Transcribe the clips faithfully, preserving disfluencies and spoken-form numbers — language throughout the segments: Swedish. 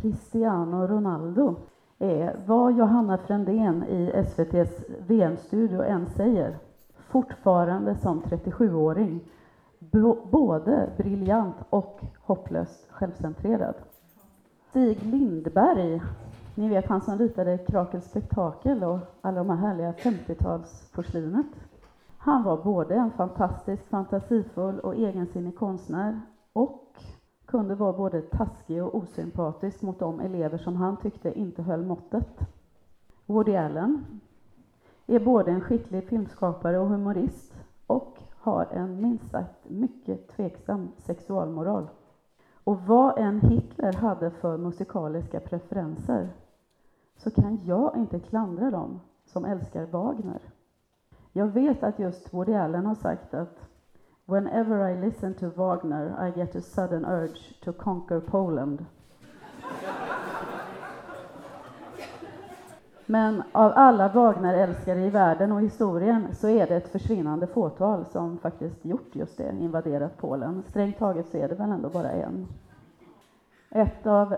Cristiano Ronaldo är vad Johanna Frändén i S V T:s V M-studio än säger. Fortfarande som trettiosjuåring. Både briljant och hopplöst självcentrerad. Stig Lindberg, ni vet han som ritade Krakels spektakel och alla de här härliga femtiotalsporslinet. Han var både en fantastisk, fantasifull och egensinnig konstnär och kunde vara både taskig och osympatisk mot de elever som han tyckte inte höll måttet. Woody Allen är både en skicklig filmskapare och humorist och har en minst sagt mycket tveksam sexualmoral. Och vad en Hitler hade för musikaliska preferenser så kan jag inte klandra dem som älskar Wagner. Jag vet att just Woody Allen har sagt att whenever I listen to Wagner I get a sudden urge to conquer Poland. Men av alla Wagner-älskare i världen och historien så är det ett försvinnande fåtal som faktiskt gjort just det, invaderat Polen. Strängt taget så är det väl ändå bara en. Ett av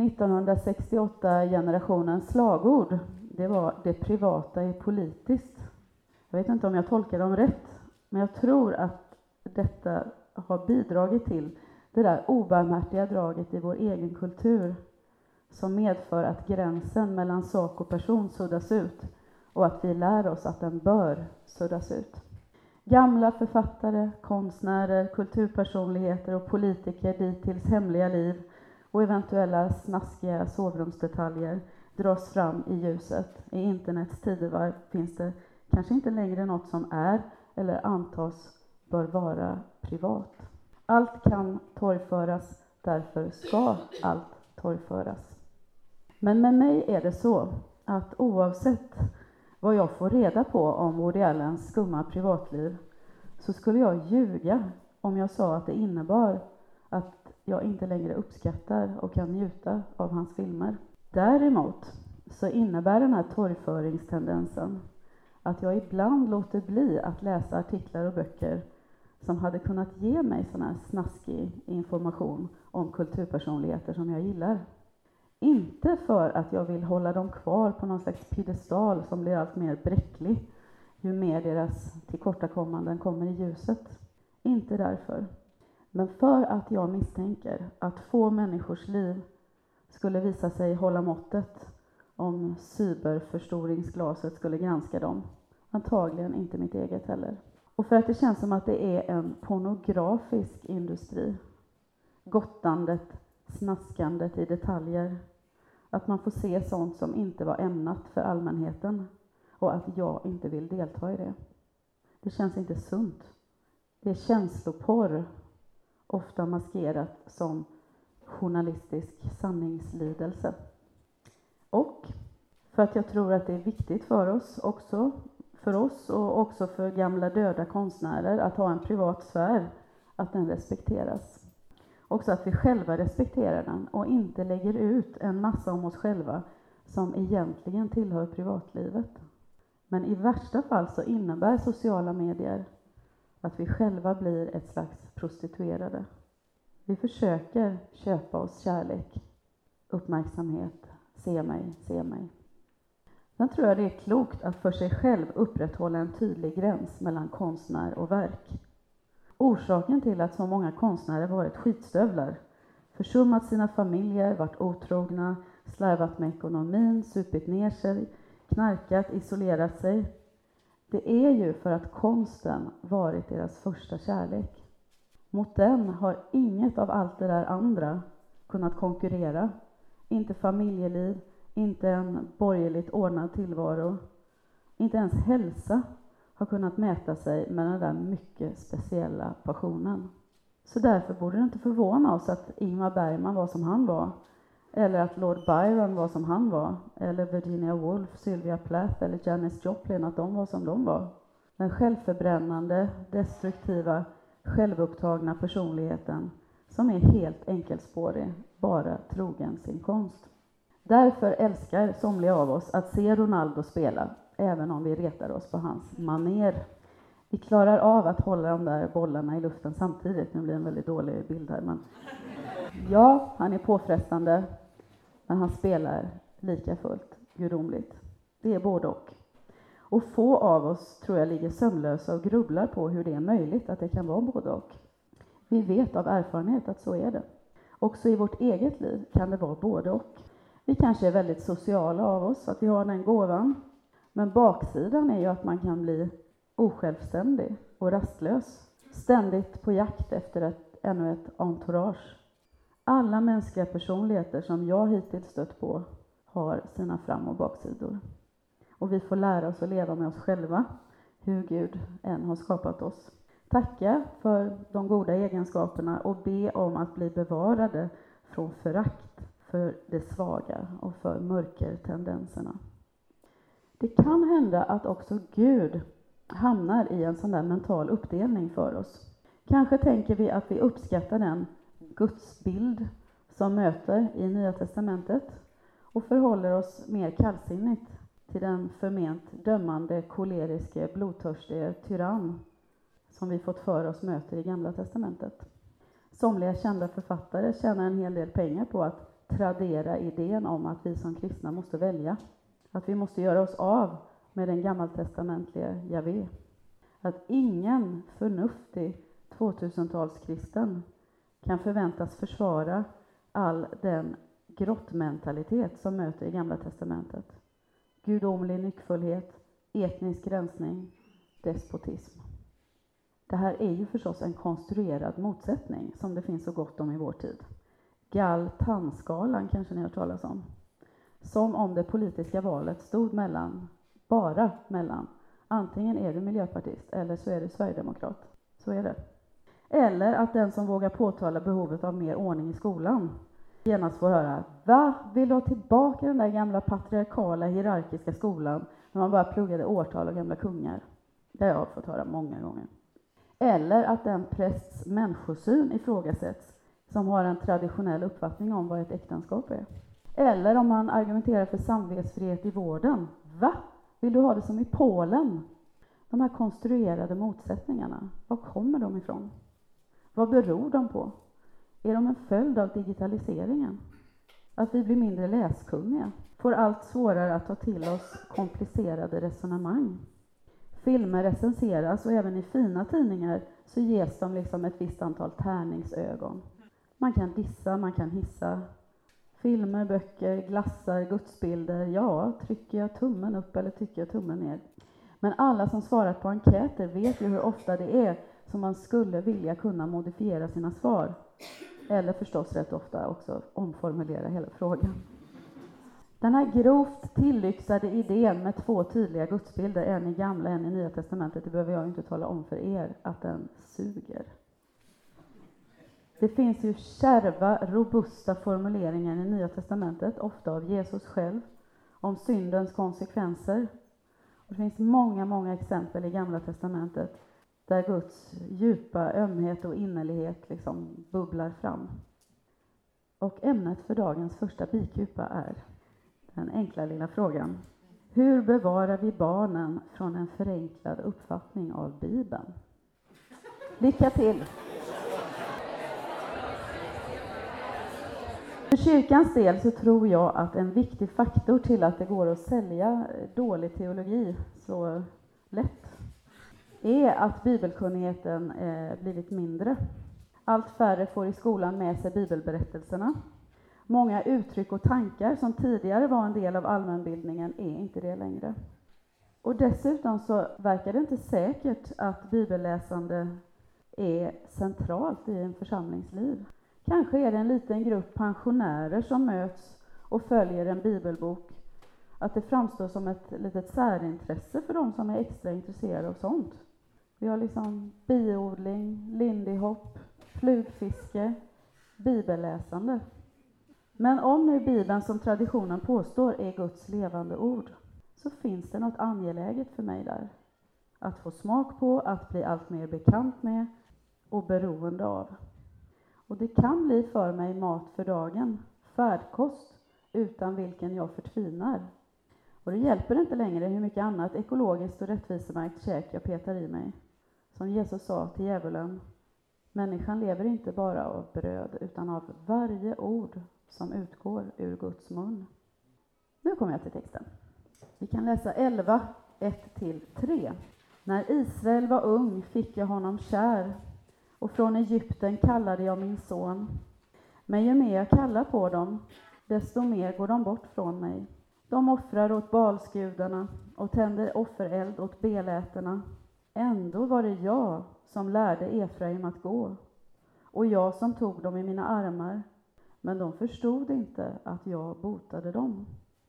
nittonhundrasextioåtta-generationens slagord, det var det privata är politiskt. Jag vet inte om jag tolkar dem rätt, men jag tror att detta har bidragit till det där obarmhärtiga draget i vår egen kultur som medför att gränsen mellan sak och person suddas ut och att vi lär oss att den bör suddas ut. Gamla författare, konstnärer, kulturpersonligheter och politiker dittills hemliga liv och eventuella snaskiga sovrumsdetaljer dras fram i ljuset. I internets tidevarv finns det kanske inte längre något som är eller antas bör vara privat. Allt kan torgföras, därför ska allt torgföras. Men med mig är det så att oavsett vad jag får reda på om Woody Allens skumma privatliv så skulle jag ljuga om jag sa att det innebar att jag inte längre uppskattar och kan njuta av hans filmer. Däremot så innebär den här torgföringstendensen att jag ibland låter bli att läsa artiklar och böcker som hade kunnat ge mig sån här snaskig information om kulturpersonligheter som jag gillar. Inte för att jag vill hålla dem kvar på någon slags piedestal som blir allt mer bräcklig ju mer deras tillkortakommanden kommer i ljuset. Inte därför. Men för att jag misstänker att få människors liv skulle visa sig hålla måttet om cyberförstoringsglaset skulle granska dem. Antagligen inte mitt eget heller. Och för att det känns som att det är en pornografisk industri. Gottandet, snaskandet i detaljer. Att man får se sånt som inte var ämnat för allmänheten. Och att jag inte vill delta i det. Det känns inte sunt. Det är känsloporr. Ofta maskerat som journalistisk sanningslidelse. Och för att jag tror att det är viktigt för oss också, för oss och också för gamla döda konstnärer att ha en privat sfär, att den respekteras. Också att vi själva respekterar den och inte lägger ut en massa om oss själva som egentligen tillhör privatlivet. Men i värsta fall så innebär sociala medier att vi själva blir ett slags prostituerade. Vi försöker köpa oss kärlek, uppmärksamhet, se mig, se mig. Sen tror jag det är klokt att för sig själv upprätthålla en tydlig gräns mellan konstnär och verk. Orsaken till att så många konstnärer varit skitstövlar, försummat sina familjer, varit otrogna, slarvat med ekonomin, supit ner sig, knarkat, isolerat sig. Det är ju för att konsten varit deras första kärlek. Mot den har inget av allt det där andra kunnat konkurrera. Inte familjeliv, inte en borgerligt ordnad tillvaro. Inte ens hälsa har kunnat mäta sig med den där mycket speciella passionen. Så därför borde det inte förvåna oss att Ingmar Bergman var som han var. Eller att Lord Byron var som han var. Eller Virginia Woolf, Sylvia Plath eller Janis Joplin, att de var som de var. Den självförbrännande, destruktiva, självupptagna personligheten som är helt enkelspårig, bara trogen sin konst. Därför älskar somliga av oss att se Ronaldo spela, även om vi retar oss på hans maner. Vi klarar av att hålla de där bollarna i luften samtidigt. Nu blir det en väldigt dålig bild här, men ja, han är påfrestande. men han spelar lika fullt gudomligt. Det är både och. Och få av oss, tror jag, ligger sömnlösa och grubblar på hur det är möjligt att det kan vara både och. Vi vet av erfarenhet att så är det. Också i vårt eget liv kan det vara både och. Vi kanske är väldigt sociala av oss, att vi har den gåvan. Men baksidan är ju att man kan bli osjälvständig och rastlös. Ständigt på jakt efter ett, ännu ett entourage. Alla mänskliga personligheter som jag hittills stött på har sina fram- och baksidor. Och vi får lära oss att leva med oss själva, hur Gud än har skapat oss. Tacka för de goda egenskaperna och be om att bli bevarade från förakt för det svaga och för mörkertendenserna. Det kan hända att också Gud hamnar i en sån där mental uppdelning för oss. Kanske tänker vi att vi uppskattar den gudsbild som möter i Nya testamentet och förhåller oss mer kallsinnigt till den förment dömande, koleriske, blodtörstige tyrann som vi fått för oss möter i Gamla testamentet. Somliga kända författare tjänar en hel del pengar på att tradera idén om att vi som kristna måste välja. Att vi måste göra oss av med den gammaltestamentliga Javé. Att ingen förnuftig tvåtusentalskristen kan förväntas försvara all den grottmentalitet som möter i Gamla testamentet. Gudomlig nyckfullhet, etnisk rensning, despotism. Det här är ju förstås en konstruerad motsättning som det finns så gott om i vår tid. Gall-Tannskalan kanske ni har talat om. Som om det politiska valet stod mellan, bara mellan, antingen är du miljöpartist eller så är du sverigedemokrat. Så är det. Eller att den som vågar påtala behovet av mer ordning i skolan genast får höra: va? Vill du ha tillbaka den där gamla patriarkala hierarkiska skolan när man bara pluggade årtal och gamla kungar? Det har jag fått höra många gånger. Eller att den prästs människosyn ifrågasätts som har en traditionell uppfattning om vad ett äktenskap är. Eller om man argumenterar för samvetsfrihet i vården. Va? Vill du ha det som i Polen? De här konstruerade motsättningarna, var kommer de ifrån? Vad beror de på? Är de en följd av digitaliseringen? Att vi blir mindre läskunniga, får allt svårare att ta till oss komplicerade resonemang. Filmer recenseras och även i fina tidningar så ges de liksom ett visst antal tärningsögon. Man kan dissa, man kan hissa. Filmer, böcker, glassar, gudsbilder. Ja, trycker jag tummen upp eller trycker jag tummen ner? Men alla som svarat på enkäter vet ju hur ofta det är som man skulle vilja kunna modifiera sina svar. Eller förstås rätt ofta också omformulera hela frågan. Den här grovt tillyxade idén med två tydliga gudsbilder, en i Gamla, en i Nya testamentet, det behöver jag inte tala om för er, att den suger. Det finns ju kärva, robusta formuleringar i Nya testamentet, ofta av Jesus själv, om syndens konsekvenser. Det finns många, många exempel i Gamla testamentet där Guds djupa ömhet och innerlighet liksom bubblar fram. Och ämnet för dagens första bikupa är den enkla lilla frågan: hur bevarar vi barnen från en förenklad uppfattning av Bibeln? Lycka till! För kyrkans del så tror jag att en viktig faktor till att det går att sälja dålig teologi så lätt är att bibelkunnigheten eh, blivit mindre. Allt färre får i skolan med sig bibelberättelserna. Många uttryck och tankar som tidigare var en del av allmänbildningen är inte det längre. Och dessutom så verkar det inte säkert att bibelläsande är centralt i en församlingsliv. Kanske är det en liten grupp pensionärer som möts och följer en bibelbok. Att det framstår som ett litet särintresse för de som är extra intresserade av sånt. Vi har liksom biodling, lindy hop, flugfiske, bibelläsande. Men om nu Bibeln som traditionen påstår är Guds levande ord, så finns det något angeläget för mig där. Att få smak på, att bli allt mer bekant med och beroende av. Och det kan bli för mig mat för dagen, färdkost utan vilken jag förtvinar. Och det hjälper inte längre hur mycket annat ekologiskt och rättvisemärkt käk jag petar i mig. Som Jesus sa till djävulen: människan lever inte bara av bröd utan av varje ord som utgår ur Guds mun. Nu kommer jag till texten. Vi kan läsa elva, ett till tre. När Israel var ung fick jag honom kär, och från Egypten kallade jag min son. Men ju mer jag kallar på dem, desto mer går de bort från mig. De offrar åt balsgudarna och tänder offereld åt beläterna. Ändå var det jag som lärde Efraim att gå, och jag som tog dem i mina armar. Men de förstod inte att jag botade dem.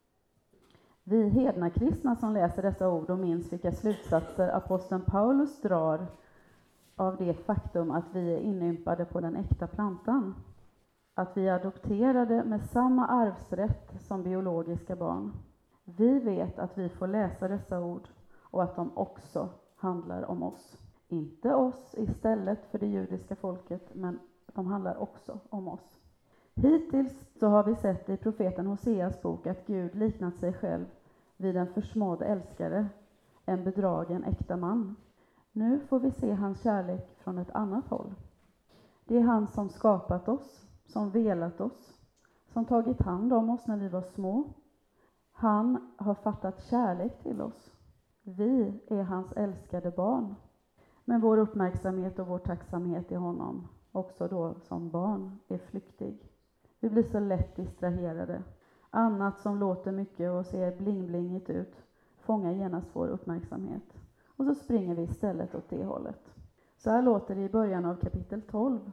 Vi hedna kristna som läser dessa ord och minns vilka slutsatser aposteln Paulus drar av det faktum att vi är inympade på den äkta plantan. Att vi är adopterade med samma arvsrätt som biologiska barn. Vi vet att vi får läsa dessa ord och att de också handlar om oss. Inte oss istället för det judiska folket, men de handlar också om oss. Hittills så har vi sett i profeten Hoseas bok att Gud liknat sig själv vid en försmådd älskare, en bedragen äkta man. Nu får vi se hans kärlek från ett annat håll. Det är han som skapat oss, som velat oss, som tagit hand om oss när vi var små. Han har fattat kärlek till oss. Vi är hans älskade barn. Men vår uppmärksamhet och vår tacksamhet i honom, också då som barn, är flyktig. Vi blir så lätt distraherade. Annat som låter mycket och ser bling-blingigt ut fångar genast vår uppmärksamhet. Och så springer vi istället åt det hållet. Så här låter det i början av kapitel tolv.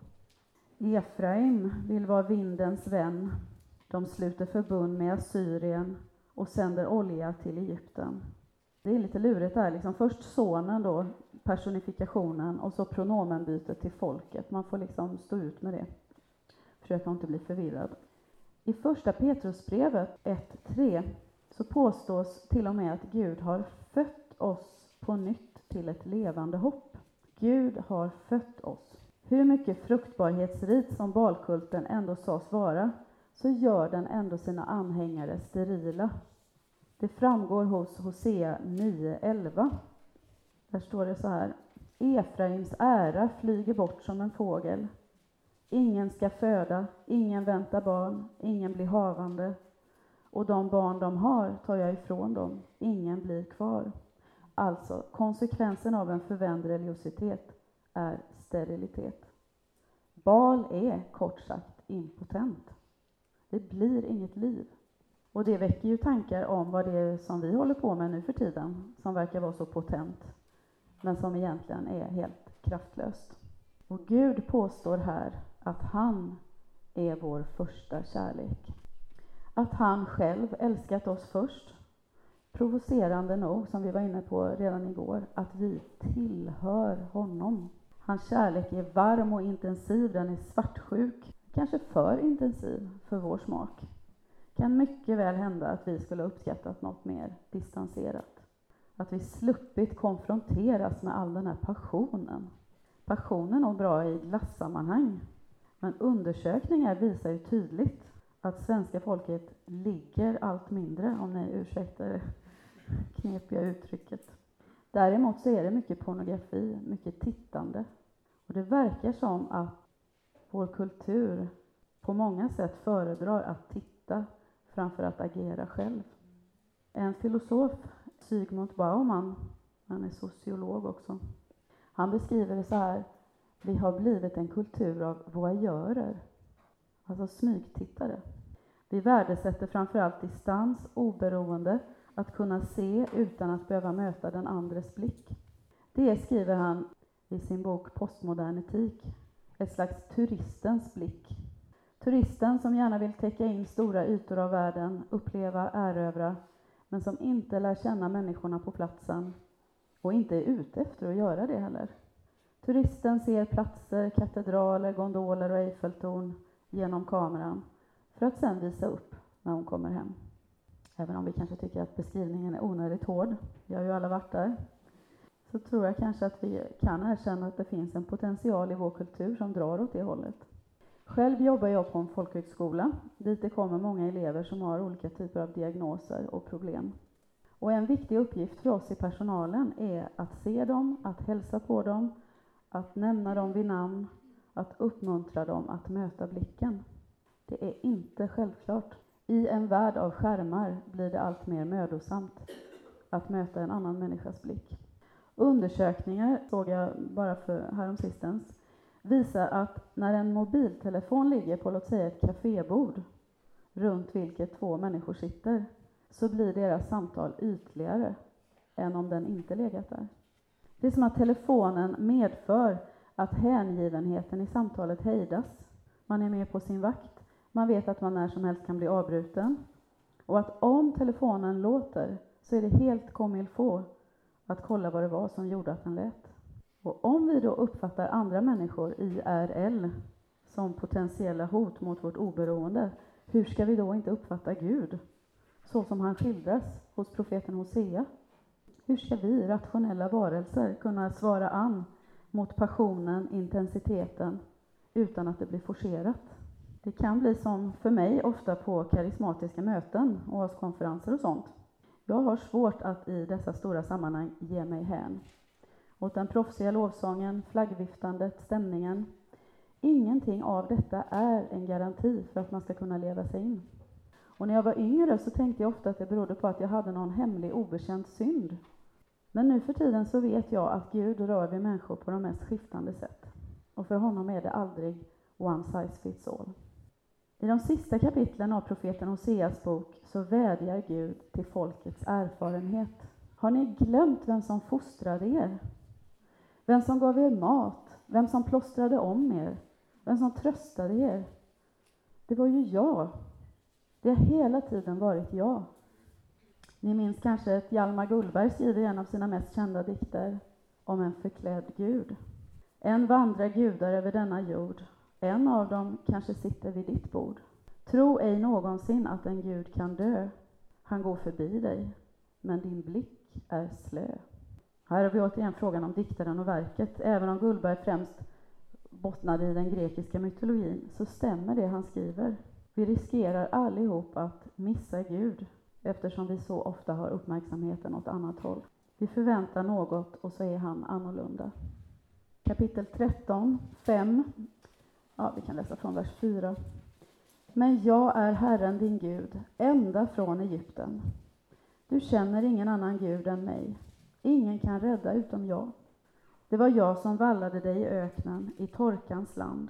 Efraim vill vara vindens vän. De sluter förbund med Assyrien och sänder olja till Egypten. Det är lite lurigt där. Liksom först sonen då, personifikationen, och så pronomenbytet till folket. Man får liksom stå ut med det. Försöka inte bli förvirrad. I första Petrusbrevet ett tre så påstås till och med att Gud har fött oss på nytt till ett levande hopp. Gud har fött oss. Hur mycket fruktbarhetsrit som balkulten ändå sades vara, så gör den ändå sina anhängare sterila. Det framgår hos Hosea nio elva. Där står det så här: Efraims ära flyger bort som en fågel. Ingen ska föda, ingen väntar barn, ingen blir havande. Och de barn de har tar jag ifrån dem, ingen blir kvar. Alltså, konsekvensen av en förvänd religiositet är sterilitet. Bal är kort sagt impotent. Det blir inget liv. Och det väcker ju tankar om vad det är som vi håller på med nu för tiden, som verkar vara så potent, men som egentligen är helt kraftlöst. Och Gud påstår här att han är vår första kärlek. Att han själv älskat oss först. Provocerande nog, som vi var inne på redan igår, att vi tillhör honom. Hans kärlek är varm och intensiv, den är svartsjuk. Kanske för intensiv för vår smak. Kan mycket väl hända att vi skulle uppskattat något mer distanserat. Att vi sluppit konfronteras med all den här passionen. Passionen är bra i glassammanhang. Men undersökningar visar ju tydligt att svenska folket ligger allt mindre, om ni ursäktar det knepiga uttrycket. Däremot så är det mycket pornografi, mycket tittande. Och det verkar som att vår kultur på många sätt föredrar att titta framför att agera själv. En filosof, Zygmunt Bauman, han är sociolog också. Han beskriver det så här: vi har blivit en kultur av voyeurer, alltså smygtittare. Vi värdesätter framförallt distans, oberoende, att kunna se utan att behöva möta den andres blick. Det skriver han i sin bok Postmodern etik, ett slags turistens blick. Turisten som gärna vill täcka in stora ytor av världen, uppleva, erövra, men som inte lär känna människorna på platsen och inte är ute efter att göra det heller. Turisten ser platser, katedraler, gondoler och Eiffeltorn genom kameran för att sedan visa upp när hon kommer hem. Även om vi kanske tycker att beskrivningen är onödigt hård, vi har ju alla varit där, så tror jag kanske att vi kan erkänna att det finns en potential i vår kultur som drar åt det hållet. Själv jobbar jag på en folkhögskola dit det kommer många elever som har olika typer av diagnoser och problem. Och en viktig uppgift för oss i personalen är att se dem, att hälsa på dem, att nämna dem vid namn, att uppmuntra dem att möta blicken. Det är inte självklart. I en värld av skärmar blir det allt mer mödosamt att möta en annan människas blick. Undersökningar, såg jag bara för häromsistens, visar att när en mobiltelefon ligger på, låt säga ett kafébord, runt vilket två människor sitter, så blir deras samtal ytligare än om den inte legat där. Det är som att telefonen medför att hängivenheten i samtalet hejdas. Man är med på sin vakt. Man vet att man när som helst kan bli avbruten. Och att om telefonen låter så är det helt comme il faut att kolla vad det var som gjorde att den lät. Och om vi då uppfattar andra människor I R L som potentiella hot mot vårt oberoende, hur ska vi då inte uppfatta Gud så som han skildras hos profeten Hosea? Hur ska vi, rationella varelser, kunna svara an mot passionen, intensiteten, utan att det blir forcerat? Det kan bli som för mig ofta på karismatiska möten och hos konferenser och sånt. Jag har svårt att i dessa stora sammanhang ge mig hän åt den proffsiga lovsången, flaggviftandet, stämningen. Ingenting av detta är en garanti för att man ska kunna leva sig in. Och när jag var yngre så tänkte jag ofta att det berodde på att jag hade någon hemlig obekänd synd. Men nu för tiden så vet jag att Gud rör vid människor på de mest skiftande sätt. Och för honom är det aldrig one size fits all. I de sista kapitlen av profeten Hoseas bok så vädjar Gud till folkets erfarenhet. Har ni glömt vem som fostrade er? Vem som gav er mat? Vem som plåstrade om er? Vem som tröstade er? Det var ju jag. Det har hela tiden varit jag. Ni minns kanske att Hjalmar Gullberg skriver en av sina mest kända dikter om en förklädd Gud. En vandrar gudar över denna jord. En av dem kanske sitter vid ditt bord. Tro ej någonsin att en Gud kan dö. Han går förbi dig, men din blick är slö. Här har vi återigen frågan om diktaren och verket. Även om Gullberg främst bottnade i den grekiska mytologin så stämmer det han skriver. Vi riskerar allihop att missa Gud eftersom vi så ofta har uppmärksamheten åt annat håll. Vi förväntar något och så är han annorlunda. Kapitel tretton, fem. Ja, vi kan läsa från vers fyra. Men jag är Herren din Gud, ända från Egypten. Du känner ingen annan Gud än mig. Ingen kan rädda utom jag. Det var jag som vallade dig i öknen, i torkans land.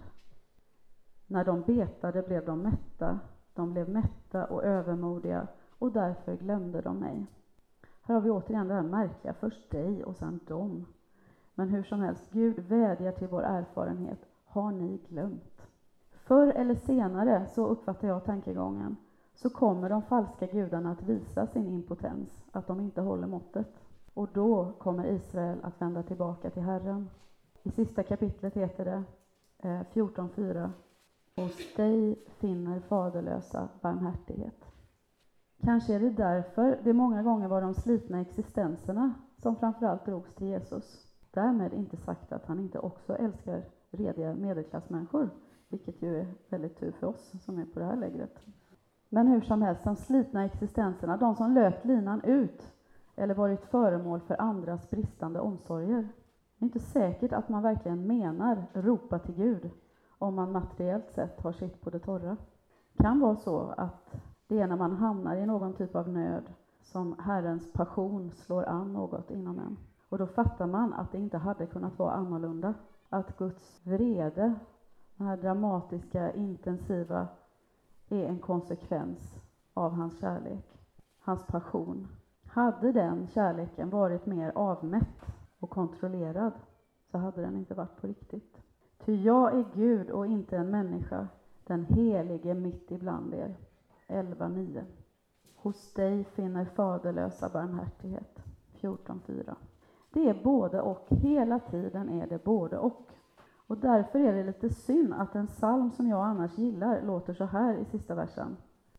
När de betade blev de mätta. De blev mätta och övermodiga och därför glömde de mig. Här har vi återigen det här märkliga, först dig och sen dem. Men hur som helst, Gud vädjar till vår erfarenhet. Har ni glömt? Förr eller senare, så uppfattar jag tankegången, så kommer de falska gudarna att visa sin impotens, att de inte håller måttet. Och då kommer Israel att vända tillbaka till Herren. I sista kapitlet heter det eh, fjorton fyra. Hos dig finner faderlösa barmhärtighet. Kanske är det därför det många gånger var de slitna existenserna som framförallt drogs till Jesus. Därmed inte sagt att han inte också älskar rediga medelklassmänniskor, vilket ju är väldigt tur för oss som är på det här lägret. Men hur som helst, de slitna existenserna, de som löpt linan ut eller varit föremål för andras bristande omsorger. Det är inte säkert att man verkligen menar ropa till Gud om man materiellt sett har sitt på det torra. Det kan vara så att det är när man hamnar i någon typ av nöd som Herrens passion slår an något inom en. Och då fattar man att det inte hade kunnat vara annorlunda. Att Guds vrede, den här dramatiska, intensiva, är en konsekvens av hans kärlek, hans passion. Hade den kärleken varit mer avmätt och kontrollerad så hade den inte varit på riktigt. Ty jag är Gud och inte en människa, den helige mitt ibland er. elva nio. Hos dig finner faderlösa barmhärtighet. fjorton fyra. Det är både och, hela tiden är det både och. Och därför är det lite synd att en psalm som jag annars gillar låter så här i sista versen.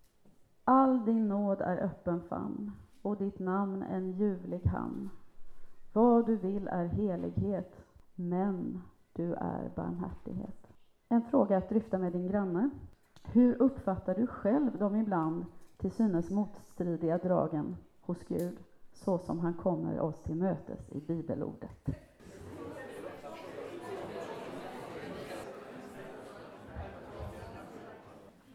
All din nåd är öppen famn och ditt namn en ljuvlig hamn. Vad du vill är helighet, men du är barmhärtighet. En fråga att dryfta med din granne. Hur uppfattar du själv de ibland till synes motstridiga dragen hos Gud, så som han kommer oss till mötes i bibelordet?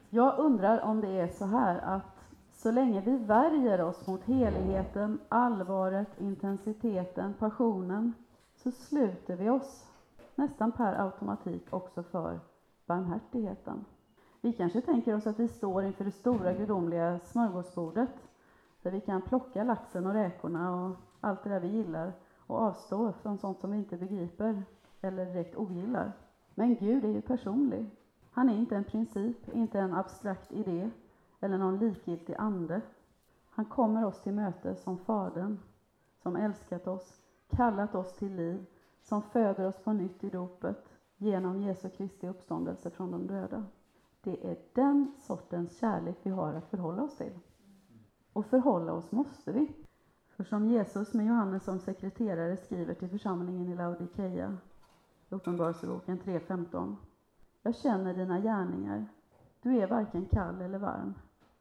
Jag undrar om det är så här att så länge vi värjer oss mot heligheten, allvaret, intensiteten, passionen, så sluter vi oss nästan per automatik också för barmhärtigheten. Vi kanske tänker oss att vi står inför det stora gudomliga smörgåsbordet där vi kan plocka laxen och räkorna och allt det där vi gillar och avstå från sånt som vi inte begriper eller direkt ogillar. Men Gud är ju personlig. Han är inte en princip, inte en abstrakt idé eller någon likgiltig ande. Han kommer oss till möte som Fadern, som älskat oss, kallat oss till liv, som föder oss på nytt i dopet genom Jesu Kristi uppståndelse från de döda. Det är den sortens kärlek vi har att förhålla oss till. Och förhålla oss måste vi. För som Jesus med Johannes som sekreterare skriver till församlingen i Laodikeia, Uppenbarelseboken tre femton. Jag känner dina gärningar. Du är varken kall eller varm.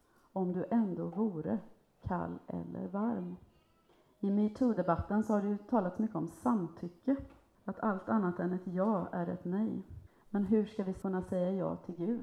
Om du ändå vore kall eller varm. I MeToo-debatten så har det ju talats mycket om samtycke. Att allt annat än ett ja är ett nej. Men hur ska vi kunna säga ja till Gud?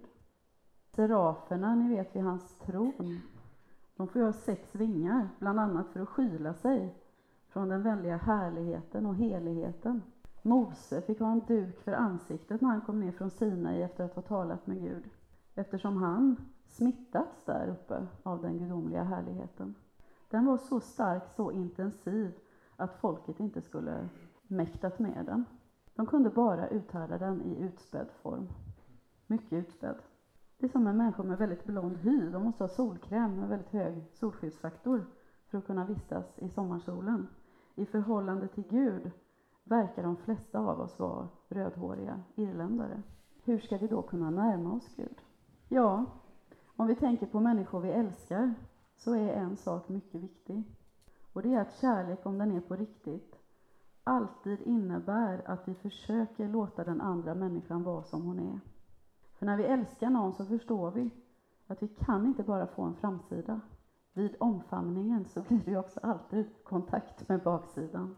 Seraferna, ni vet, vid hans tron, de får ju ha sex vingar, bland annat för att skyla sig från den väldiga härligheten och heligheten. Mose fick ha en duk för ansiktet när han kom ner från Sinai efter att ha talat med Gud, eftersom han smittats där uppe av den gudomliga härligheten. Den var så stark, så intensiv att folket inte skulle mäktat med den. De kunde bara uthärda den i utspädd form. Mycket utspädd. Det är som en människa med väldigt blond hy. De måste ha solkräm med väldigt hög solskyddsfaktor för att kunna vistas i sommarsolen. I förhållande till Gud verkar de flesta av oss vara rödhåriga irländare. Hur ska vi då kunna närma oss Gud? Ja, om vi tänker på människor vi älskar så är en sak mycket viktig. Och det är att kärlek, om den är på riktigt, alltid innebär att vi försöker låta den andra människan vara som hon är. För när vi älskar någon så förstår vi att vi kan inte bara få en framsida. Vid omfamningen så blir det också alltid kontakt med baksidan.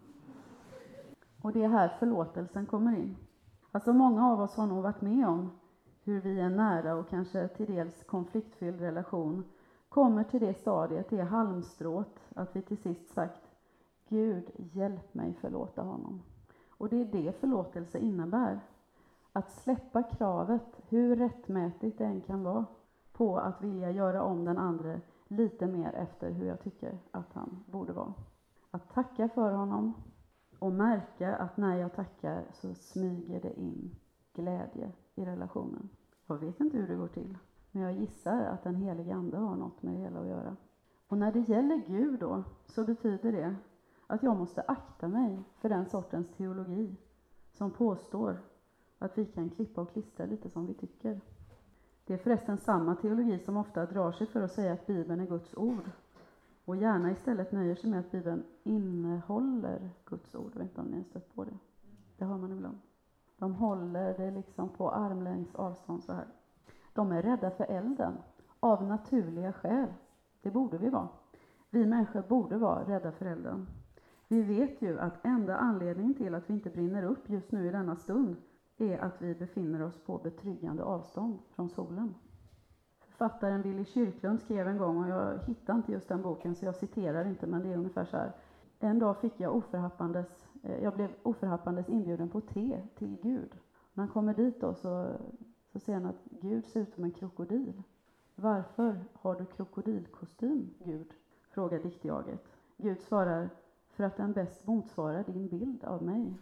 Och det är här förlåtelsen kommer in. Alltså många av oss har nog varit med om hur vi är nära och kanske till dels konfliktfylld relation kommer till det stadiet, det halmstrået, att vi till sist sagt: Gud, hjälp mig förlåta honom. Och det är det förlåtelse innebär. Att släppa kravet, hur rättmätigt det än kan vara, på att vilja göra om den andra lite mer efter hur jag tycker att han borde vara. Att tacka för honom och märka att när jag tackar så smyger det in glädje i relationen. Jag vet inte hur det går till, men jag gissar att den heliga ande har något med det hela att göra. Och när det gäller Gud då, så betyder det att jag måste akta mig för den sortens teologi som påstår att vi kan klippa och klistra lite som vi tycker. Det är förresten samma teologi som ofta drar sig för att säga att Bibeln är Guds ord. Och gärna istället nöjer sig med att Bibeln innehåller Guds ord. Jag vet inte om ni har stött på det. Det har man ibland. De håller det liksom på armlängds avstånd så här. De är rädda för elden. Av naturliga skäl. Det borde vi vara. Vi människor borde vara rädda för elden. Vi vet ju att enda anledningen till att vi inte brinner upp just nu i denna stund är att vi befinner oss på betryggande avstånd från solen. Författaren Willy Kyrklund skrev en gång, och jag hittar inte just den boken så jag citerar inte, men det är ungefär så här. En dag fick jag oförhappandes, jag blev oförhappandes inbjuden på te till Gud. När han kommer dit då så, så ser han att Gud ser ut som en krokodil. Varför har du krokodilkostym, Gud? Frågar diktjaget. Gud svarar, för att den bäst motsvarar din bild av mig.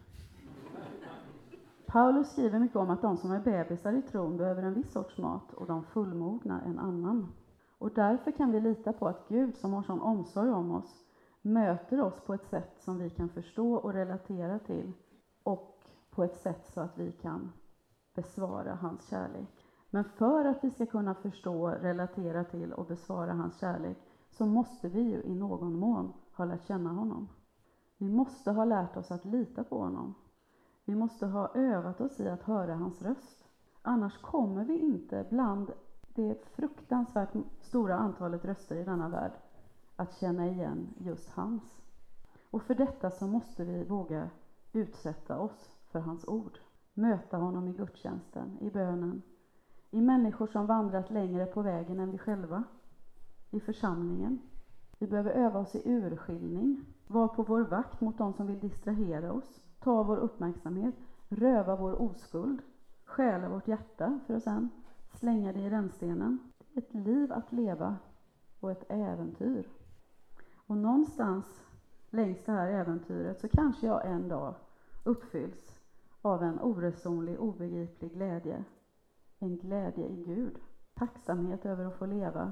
Paulus skriver mycket om att de som är bebisar i tron behöver en viss sorts mat och de fullmogna en annan. Och därför kan vi lita på att Gud, som har sån omsorg om oss, möter oss på ett sätt som vi kan förstå och relatera till, och på ett sätt så att vi kan besvara hans kärlek. Men för att vi ska kunna förstå, relatera till och besvara hans kärlek så måste vi ju i någon mån ha lärt känna honom. Vi måste ha lärt oss att lita på honom. Vi måste ha övat oss i att höra hans röst. Annars kommer vi inte bland det fruktansvärt stora antalet röster i denna värld att känna igen just hans. Och för detta så måste vi våga utsätta oss för hans ord. Möta honom i gudstjänsten, i bönen, i människor som vandrat längre på vägen än vi själva, i församlingen. Vi behöver öva oss i urskiljning, vara på vår vakt mot de som vill distrahera oss, ta vår uppmärksamhet, röva vår oskuld, stjäla vårt hjärta för att sedan slänga det i rännstenen. Ett liv att leva och ett äventyr. Och någonstans längs det här äventyret så kanske jag en dag uppfylls av en oresonlig, obegriplig glädje. En glädje i Gud. Tacksamhet över att få leva.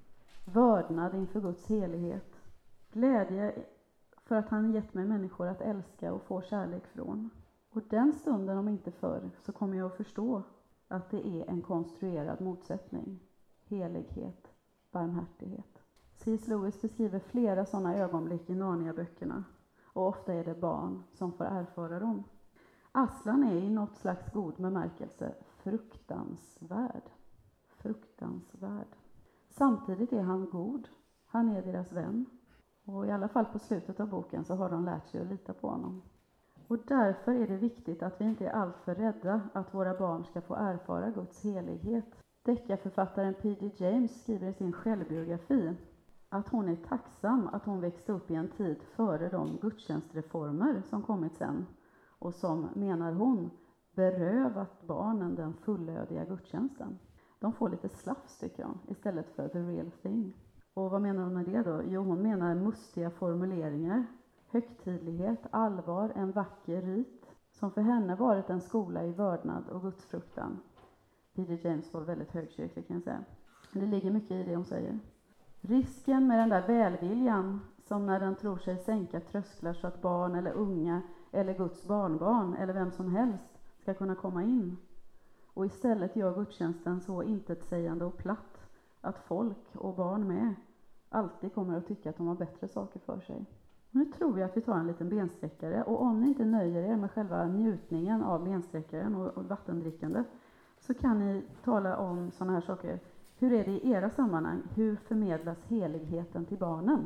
Vördnad inför Guds helighet. Glädje för att han gett mig människor att älska och få kärlek från. Och den stunden, om inte förr, så kommer jag att förstå att det är en konstruerad motsättning. Helighet, barmhärtighet. C S Lewis beskriver flera sådana ögonblick i Narnia-böckerna. Och ofta är det barn som får erfara dem. Aslan är i något slags god bemärkelse fruktansvärd. Fruktansvärd. Samtidigt är han god. Han är deras vän. Och i alla fall på slutet av boken så har de lärt sig att lita på honom. Och därför är det viktigt att vi inte är alltför rädda att våra barn ska få erfara Guds helighet. Deckarförfattaren P D James skriver i sin självbiografi att hon är tacksam att hon växte upp i en tid före de gudstjänstreformer som kommit sen och som, menar hon, berövat barnen den fullödiga gudstjänsten. De får lite slafs, tycker hon, istället för the real thing. Och vad menar hon med det då? Jo, hon menar mustiga formuleringar, högtidlighet, allvar, en vacker rit som för henne varit en skola i vördnad och gudsfruktan. P D James var väldigt högkyrklig, kan jag säga. Det ligger mycket i det hon säger. Risken med den där välviljan, som när den tror sig sänka trösklar så att barn eller unga eller Guds barnbarn eller vem som helst ska kunna komma in. Och istället gör gudstjänsten så intetsägande och platt att folk och barn med alltid kommer att tycka att de har bättre saker för sig. Nu tror jag att vi tar en liten bensträckare, och om ni inte nöjer er med själva njutningen av bensträckaren och, och vattendrickandet så kan ni tala om sådana här saker. Hur är det i era sammanhang? Hur förmedlas heligheten till barnen?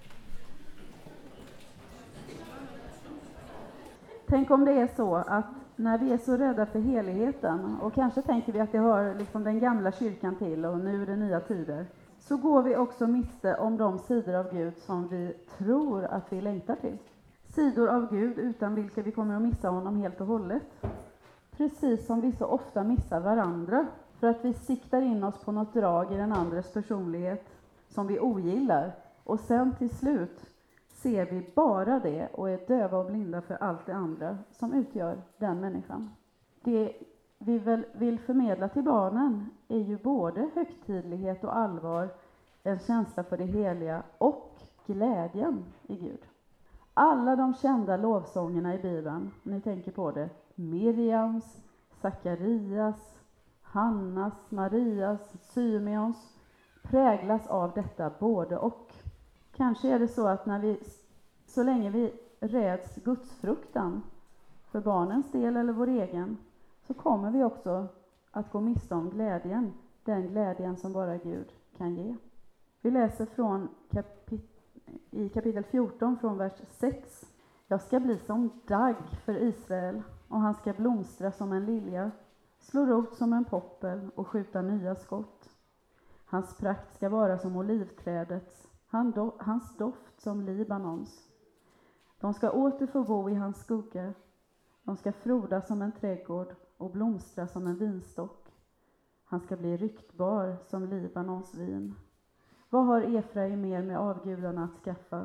Tänk om det är så att när vi är så rädda för heligheten, och kanske tänker vi att det hör liksom den gamla kyrkan till och nu är det nya tider, så går vi också miste om de sidor av Gud som vi tror att vi längtar till. Sidor av Gud utan vilka vi kommer att missa honom helt och hållet. Precis som vi så ofta missar varandra för att vi siktar in oss på något drag i den andres personlighet som vi ogillar. Och sen till slut ser vi bara det och är döva och blinda för allt det andra som utgör den människan. Det vi väl vill förmedla till barnen är ju både högtidlighet och allvar, en känsla för det heliga och glädjen i Gud. Alla de kända lovsångerna i Bibeln, ni tänker på det, Miriams, Sakarias, Hannas, Marias, Symeons, präglas av detta både och. Kanske är det så att när vi, så länge vi räds gudsfruktan för barnens del eller vår egen, så kommer vi också att gå miste om glädjen, den glädjen som bara Gud kan ge. Vi läser från kapit- i kapitel fjorton från vers sex. Jag ska bli som dagg för Israel, och han ska blomstra som en lilja, slå rot som en poppel och skjuta nya skott. Hans prakt ska vara som olivträdets, han do- hans doft som Libanons. De ska åter få bo i hans skugga. De ska froda som en trädgård och blomstra som en vinstock. Han ska bli ryktbar som Libanons vin. Vad har Efraim mer med avgudarna att skaffa?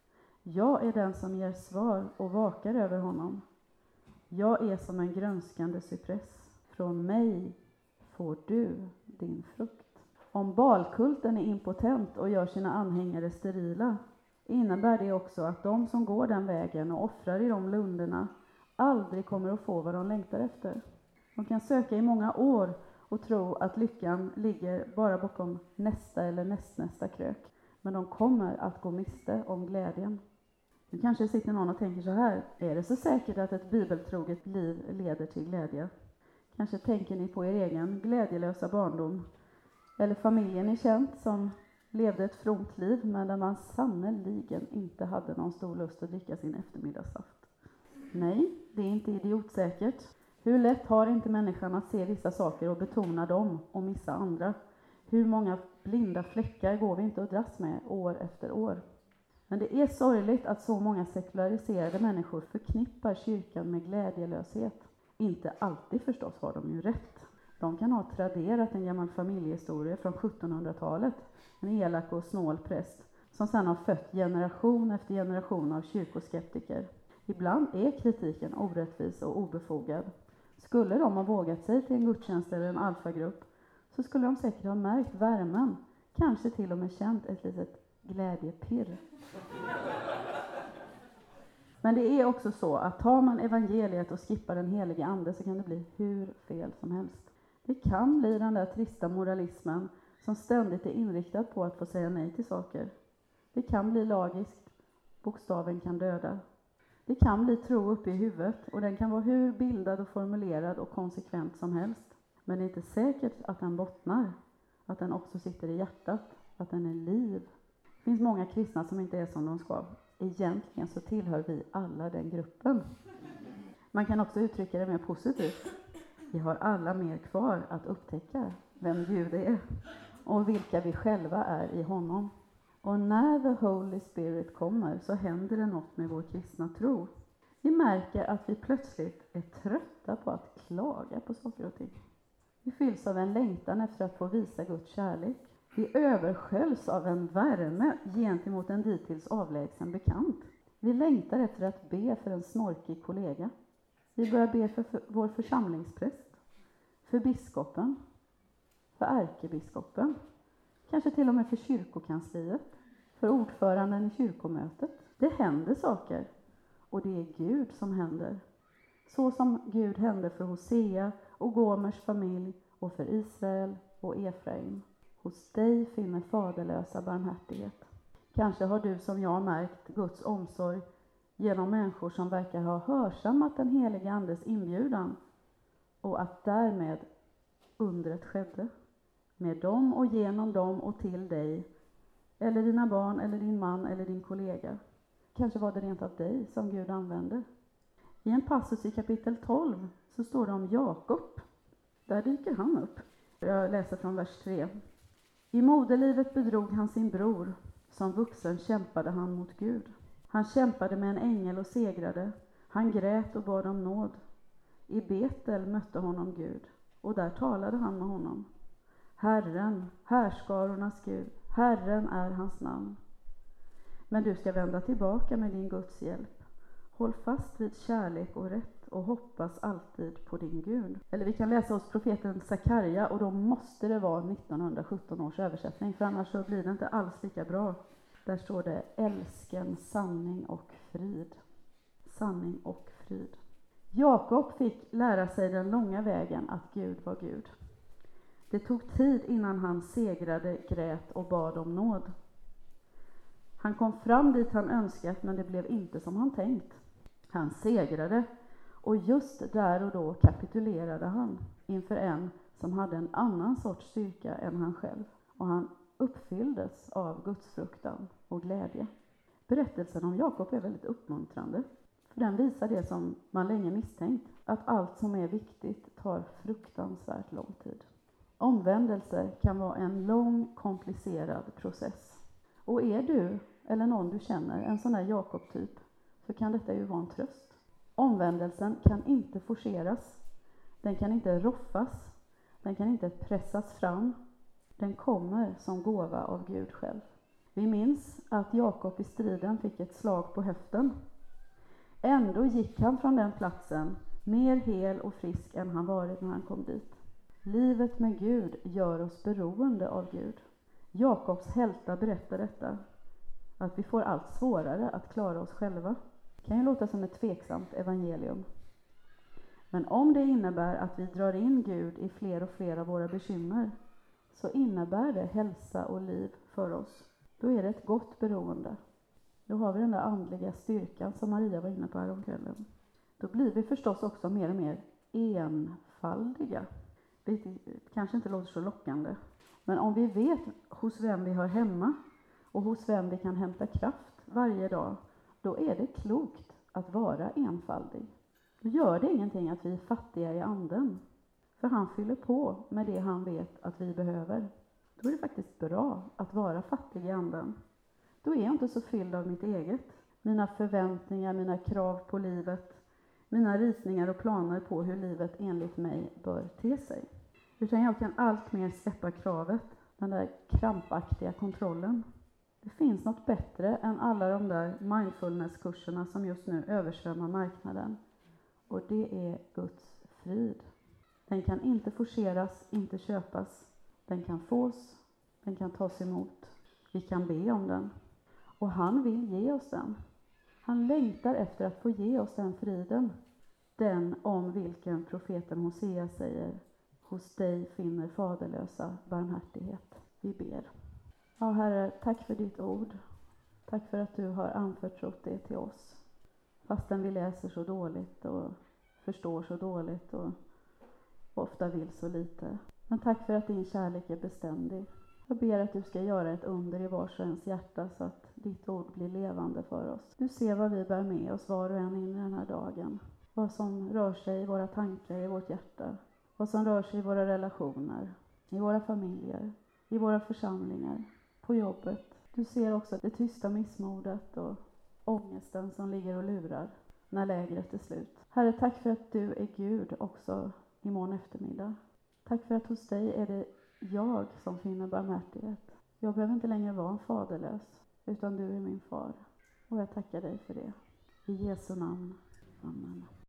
Jag är den som ger svar och vakar över honom. Jag är som en grönskande cypress. Från mig får du din frukt. Om Balkulten är impotent och gör sina anhängare sterila, innebär det också att de som går den vägen och offrar i de lunderna aldrig kommer att få vad de längtar efter. De kan söka i många år och tro att lyckan ligger bara bakom nästa eller nästnästa krök. Men de kommer att gå miste om glädjen. Nu kanske sitter någon och tänker så här: är det så säkert att ett bibeltroget liv leder till glädje? Kanske tänker ni på er egen glädjelösa barndom. Eller familjen ni känt som levde ett fromt liv, men där man sannoliken inte hade någon stor lust att dricka sin eftermiddagssaft. Nej, det är inte idiotsäkert. Hur lätt har inte människan att se vissa saker och betona dem och missa andra? Hur många blinda fläckar går vi inte att dras med år efter år? Men det är sorgligt att så många sekulariserade människor förknippar kyrkan med glädjelöshet. Inte alltid förstås har de ju rätt. De kan ha traderat en gammal familjehistoria från sjuttonhundratalet, en elak och snål präst, som sedan har fött generation efter generation av kyrkoskeptiker. Ibland är kritiken orättvis och obefogad. Skulle de ha vågat sig till en gudstjänst eller en alfagrupp, så skulle de säkert ha märkt värmen, kanske till och med känt ett litet glädjepirr. Men det är också så att tar man evangeliet och skippar den helige ande, så kan det bli hur fel som helst. Det kan bli den där trista moralismen som ständigt är inriktad på att få säga nej till saker. Det kan bli lagiskt, bokstaven kan döda. Det kan bli tro uppe i huvudet, och den kan vara hur bildad och formulerad och konsekvent som helst. Men det är inte säkert att den bottnar, att den också sitter i hjärtat, att den är liv. Det finns många kristna som inte är som de ska. Egentligen så tillhör vi alla den gruppen. Man kan också uttrycka det mer positivt. Vi har alla mer kvar att upptäcka vem Gud är och vilka vi själva är i honom. Och när the Holy Spirit kommer, så händer det något med vår kristna tro. Vi märker att vi plötsligt är trötta på att klaga på saker och ting. Vi fylls av en längtan efter att få visa Guds kärlek. Vi översköljs av en värme gentemot en dittills avlägsen bekant. Vi längtar efter att be för en snorkig kollega. Vi börjar be för, för vår församlingspräst, för biskopen, för ärkebiskopen, kanske till och med för kyrkokansliet, för ordföranden i kyrkomötet. Det händer saker, och det är Gud som händer. Så som Gud hände för Hosea och Gomers familj och för Israel och Efraim. Hos dig finner faderlösa barmhärtighet. Kanske har du som jag märkt Guds omsorg genom människor som verkar ha hörsammat den heliga andes inbjudan, och att därmed undret skedde. Med dem och genom dem och till dig, eller dina barn eller din man eller din kollega. Kanske var det rent av dig som Gud använde. I en passus i kapitel tolv så står det om Jakob. Där dyker han upp. Jag läser från vers tre. I moderlivet bedrog han sin bror, som vuxen kämpade han mot Gud. Han kämpade med en ängel och segrade. Han grät och bad om nåd. I Betel mötte honom Gud, och där talade han med honom. Herren, härskarornas Gud, Herren är hans namn. Men du ska vända tillbaka med din Guds hjälp. Håll fast vid kärlek och rätt och hoppas alltid på din Gud. Eller vi kan läsa hos profeten Sakarja, och då måste det vara nittonhundrasjutton års översättning, för annars så blir det inte alls lika bra. Där står det älsken, sanning och frid. Sanning och frid. Jakob fick lära sig den långa vägen att Gud var Gud. Det tog tid innan han segrade, grät och bad om nåd. Han kom fram dit han önskat, men det blev inte som han tänkt. Han segrade, och just där och då kapitulerade han inför en som hade en annan sorts styrka än han själv. Och han uppfylldes av Guds fruktan och glädje. Berättelsen om Jakob är väldigt uppmuntrande. För den visar det som man länge misstänkt, att allt som är viktigt tar fruktansvärt lång tid. Omvändelse kan vara en lång, komplicerad process. Och är du, eller någon du känner, en sån här Jakob-typ, så kan detta ju vara en tröst. Omvändelsen kan inte forceras. Den kan inte roffas. Den kan inte pressas fram. Den kommer som gåva av Gud själv. Vi minns att Jakob i striden fick ett slag på höften. Ändå gick han från den platsen mer hel och frisk än han varit när han kom dit. Livet med Gud gör oss beroende av Gud. Jakobs hjältar berättar detta, att vi får allt svårare att klara oss själva. Det kan ju låta som ett tveksamt evangelium. Men om det innebär att vi drar in Gud i fler och fler av våra bekymmer, så innebär det hälsa och liv för oss. Då är det ett gott beroende. Då har vi den där andliga styrkan som Maria var inne på här om kvällen. Då blir vi förstås också mer och mer enfaldiga. Det kanske inte låter så lockande. Men om vi vet hos vem vi hör hemma och hos vem vi kan hämta kraft varje dag, då är det klokt att vara enfaldig. Då gör det ingenting att vi är fattiga i anden. För han fyller på med det han vet att vi behöver. Då är det faktiskt bra att vara fattig i anden. Då är jag inte så fylld av mitt eget. Mina förväntningar, mina krav på livet, mina ritningar och planer på hur livet enligt mig bör te sig. Utan jag kan allt mer släppa kravet, den där krampaktiga kontrollen. Det finns något bättre än alla de där mindfulness-kurserna som just nu översvämmar marknaden. Och det är Guds frid. Den kan inte forceras, inte köpas. Den kan fås, den kan tas emot. Vi kan be om den. Och han vill ge oss den. Han längtar efter att få ge oss den friden. Den om vilken profeten Hosea säger: hos dig finner faderlösa barmhärtighet. Vi ber. Ja, Herre, tack för ditt ord. Tack för att du har anförtrott det till oss. Fastän vi läser så dåligt och förstår så dåligt och ofta vill så lite. Men tack för att din kärlek är beständig. Jag ber att du ska göra ett under i vars och ens hjärta så att ditt ord blir levande för oss. Du ser vad vi bär med oss var och en in i den här dagen. Vad som rör sig i våra tankar, i vårt hjärta. Vad som rör sig i våra relationer, i våra familjer, i våra församlingar, på jobbet. Du ser också det tysta missmodet och ångesten som ligger och lurar när lägret är slut. Herre, tack för att du är Gud också imorgon eftermiddag. Tack för att hos dig är det jag som finner barmhärtighet. Jag behöver inte längre vara en faderlös, utan du är min far. Och jag tackar dig för det. I Jesu namn. Amen.